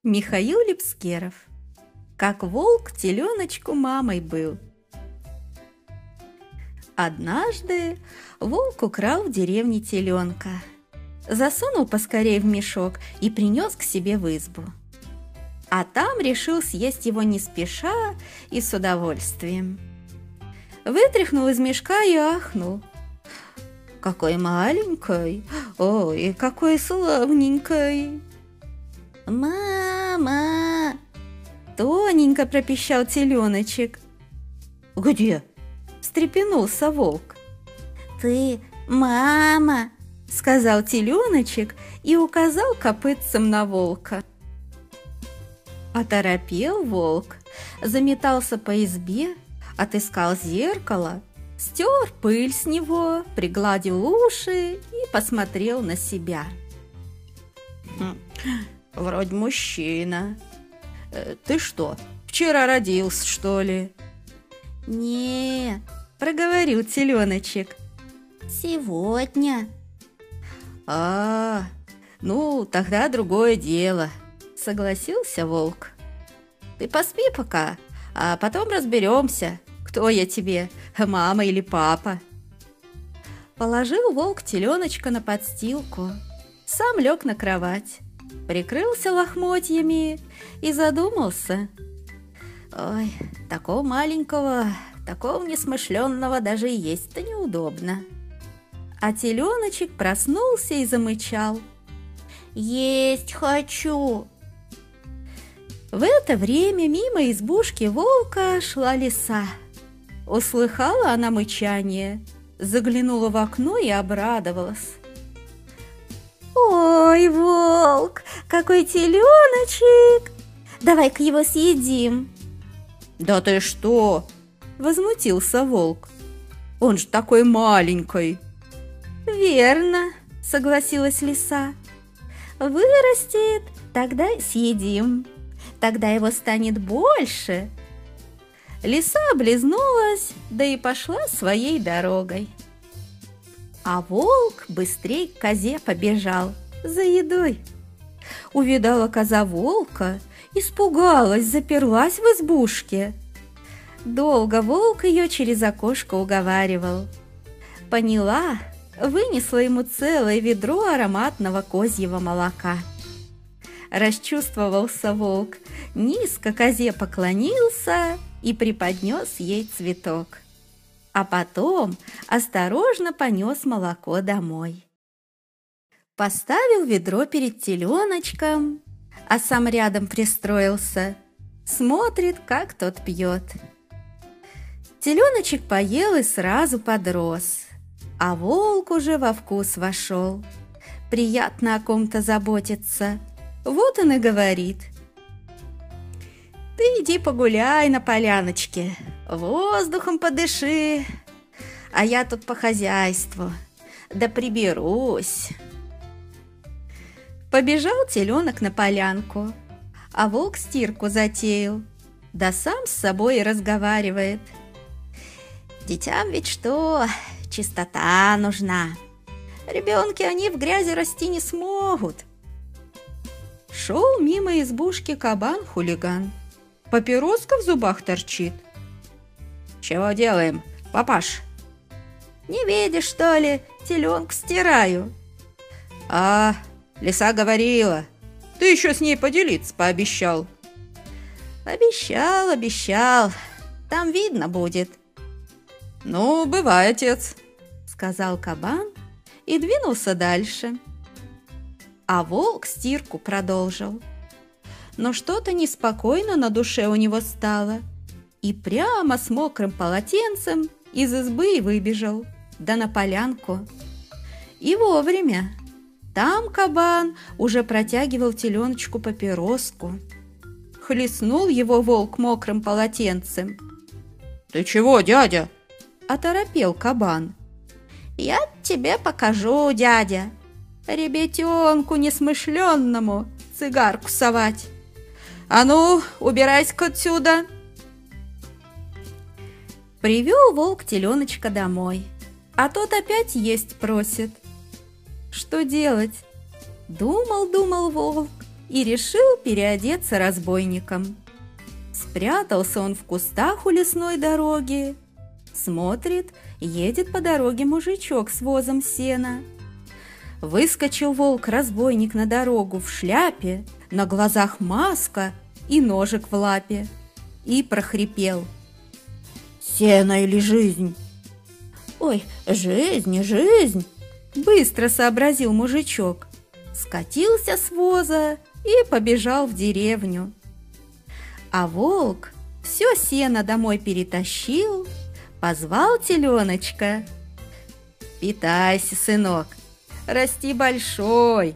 Михаил Лепскеров. Как волк теленочку мамой был. Однажды волк украл в деревне теленка, засунул поскорей в мешок и принес к себе в избу. А там решил съесть его не спеша и с удовольствием. Вытряхнул из мешка и ахнул. Какой маленькой, ой, какой славненькой. «Мама!» – тоненько пропищал теленочек. «Где?» – встрепенулся волк. «Ты мама!» – сказал теленочек и указал копытцем на волка. Оторопел волк, заметался по избе, отыскал зеркало, стер пыль с него, пригладил уши и посмотрел на себя. «Вроде мужчина. Ты что, вчера родился, что ли?» «Не», – проговорил теленочек. «Сегодня». Ну, тогда другое дело», – согласился волк. «Ты поспи пока, а потом разберемся, кто я тебе, мама или папа». Положил волк теленочка на подстилку, сам лег на кровать, прикрылся лохмотьями и задумался. Ой, такого маленького, такого несмышленного даже и есть-то неудобно. А теленочек проснулся и замычал. «Есть хочу!» В это время мимо избушки волка шла лиса. Услыхала она мычание, заглянула в окно и обрадовалась. «Ой, волк, какой теленочек! Давай-ка его съедим!» «Да ты что?» – возмутился волк. «Он же такой маленький!» «Верно!» – согласилась лиса. «Вырастет, тогда съедим. Тогда его станет больше». Лиса облизнулась, да и пошла своей дорогой. А волк быстрей к козе побежал за едой. Увидала коза волка, испугалась, заперлась в избушке. Долго волк ее через окошко уговаривал. Поняла, вынесла ему целое ведро ароматного козьего молока. Расчувствовался волк, низко козе поклонился и преподнес ей цветок. А потом осторожно понес молоко домой. Поставил ведро перед теленочком, а сам рядом пристроился, смотрит, как тот пьет. Теленочек поел и сразу подрос, а волк уже во вкус вошел. Приятно о ком-то заботиться, вот он и говорит: «Ты иди погуляй на поляночке, воздухом подыши, а я тут по хозяйству, да приберусь». Побежал теленок на полянку, а волк стирку затеял, да сам с собой и разговаривает. «Детям ведь что, чистота нужна, ребенки они в грязи расти не смогут». Шел мимо избушки кабан-хулиган, папироска в зубах торчит. «Чего делаем, папаш?» «Не видишь, что ли, теленку стираю». Лиса говорила, ты еще с ней поделиться пообещал». «Обещал, там видно будет». «Ну, бывай, отец», — сказал кабан и двинулся дальше. А волк стирку продолжил. Но что-то неспокойно на душе у него стало, и прямо с мокрым полотенцем из избы и выбежал, да на полянку. И вовремя. Там кабан уже протягивал теленочку папироску. Хлестнул его волк мокрым полотенцем. «Ты чего, дядя?» – оторопел кабан. «Я тебе покажу, дядя. Ребятенку несмышленному цигарку совать. А ну, убирайся-ка отсюда!» Привел волк теленочка домой, а тот опять есть просит. Что делать? Думал волк и решил переодеться разбойником. Спрятался он в кустах у лесной дороги. Смотрит, едет по дороге мужичок с возом сена. Выскочил волк-разбойник на дорогу в шляпе, на глазах маска и ножик в лапе, и прохрипел: «Сено или жизнь?» «Ой, жизнь, жизнь!» — быстро сообразил мужичок, скатился с воза и побежал в деревню. А волк все сено домой перетащил, позвал теленочка: «Питайся, сынок, расти большой!»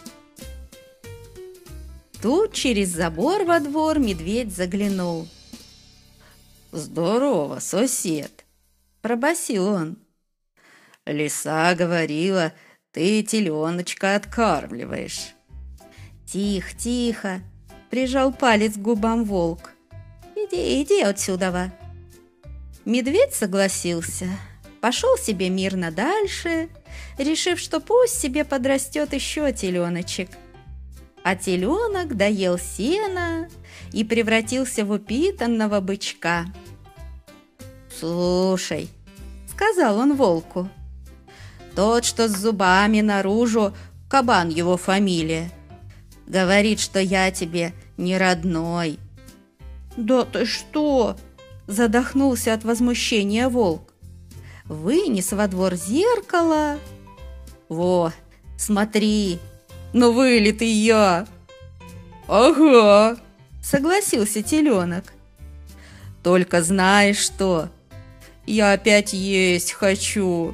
Тут через забор во двор медведь заглянул. «Здорово, сосед!» — пробасил он. «Лиса говорила, ты теленочка откармливаешь». «Тихо, тихо!» — прижал палец к губам волк. «Иди отсюда!» Медведь согласился, пошел себе мирно дальше, решив, что пусть себе подрастет еще теленочек. А теленок доел сено и превратился в упитанного бычка. «Слушай», — сказал он волку, — «тот, что с зубами наружу, Кабан его фамилия, говорит, что я тебе не родной». «Да ты что?» — задохнулся от возмущения волк. Вынес во двор зеркало. «Во, смотри, ну вылитый я!» «Ага!» — согласился теленок. «Только знаешь что? Я опять есть хочу!»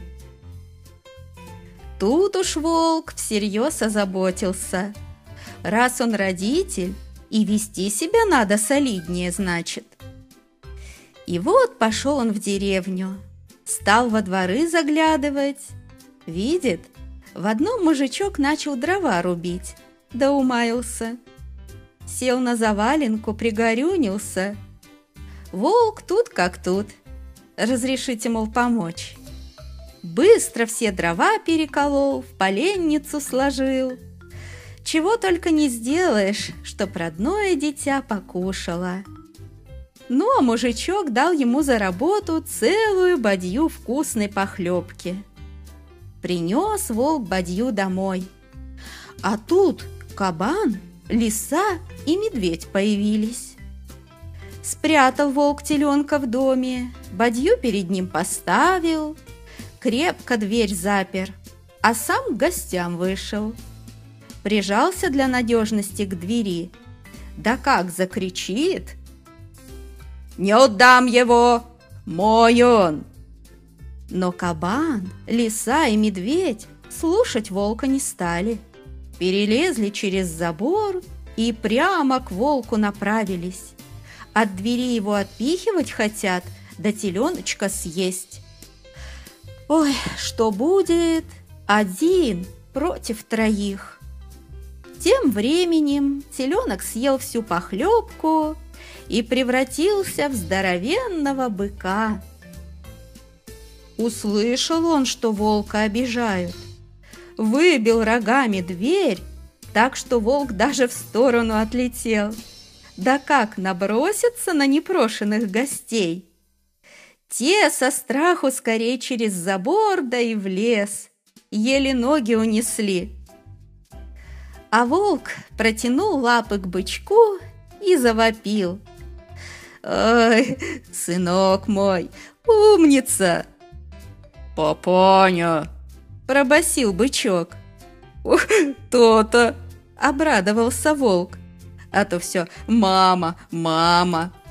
Тут уж волк всерьез озаботился. Раз он родитель, и вести себя надо солиднее, значит. И вот пошел он в деревню, стал во дворы заглядывать. Видит, в одном мужичок начал дрова рубить, да умаялся. Сел на заваленку, пригорюнился. Волк тут как тут. Разрешите, мол, помочь. Быстро все дрова переколол, в поленницу сложил. Чего только не сделаешь, чтоб родное дитя покушало. Ну, а мужичок дал ему за работу целую бадью вкусной похлебки. Принес волк бадью домой. А тут кабан, лиса и медведь появились. Спрятал волк теленка в доме, бадью перед ним поставил, крепко дверь запер, а сам к гостям вышел. Прижался для надежности к двери, да как закричит: «Не отдам его! Мой он!» Но кабан, лиса и медведь слушать волка не стали. Перелезли через забор и прямо к волку направились. От двери его отпихивать хотят, да теленочка съесть. Ой, что будет? Один против троих. Тем временем теленок съел всю похлебку и превратился в здоровенного быка. Услышал он, что волка обижают. Выбил рогами дверь, так что волк даже в сторону отлетел. Да как набросится на непрошенных гостей! Те со страху скорее через забор, да и в лес. Еле ноги унесли. А волк протянул лапы к бычку и завопил: «Ой, сынок мой, умница!» «Папаня!» – пробасил бычок. «Ух, то-то!» – обрадовался волк. А то все «мама, мама!»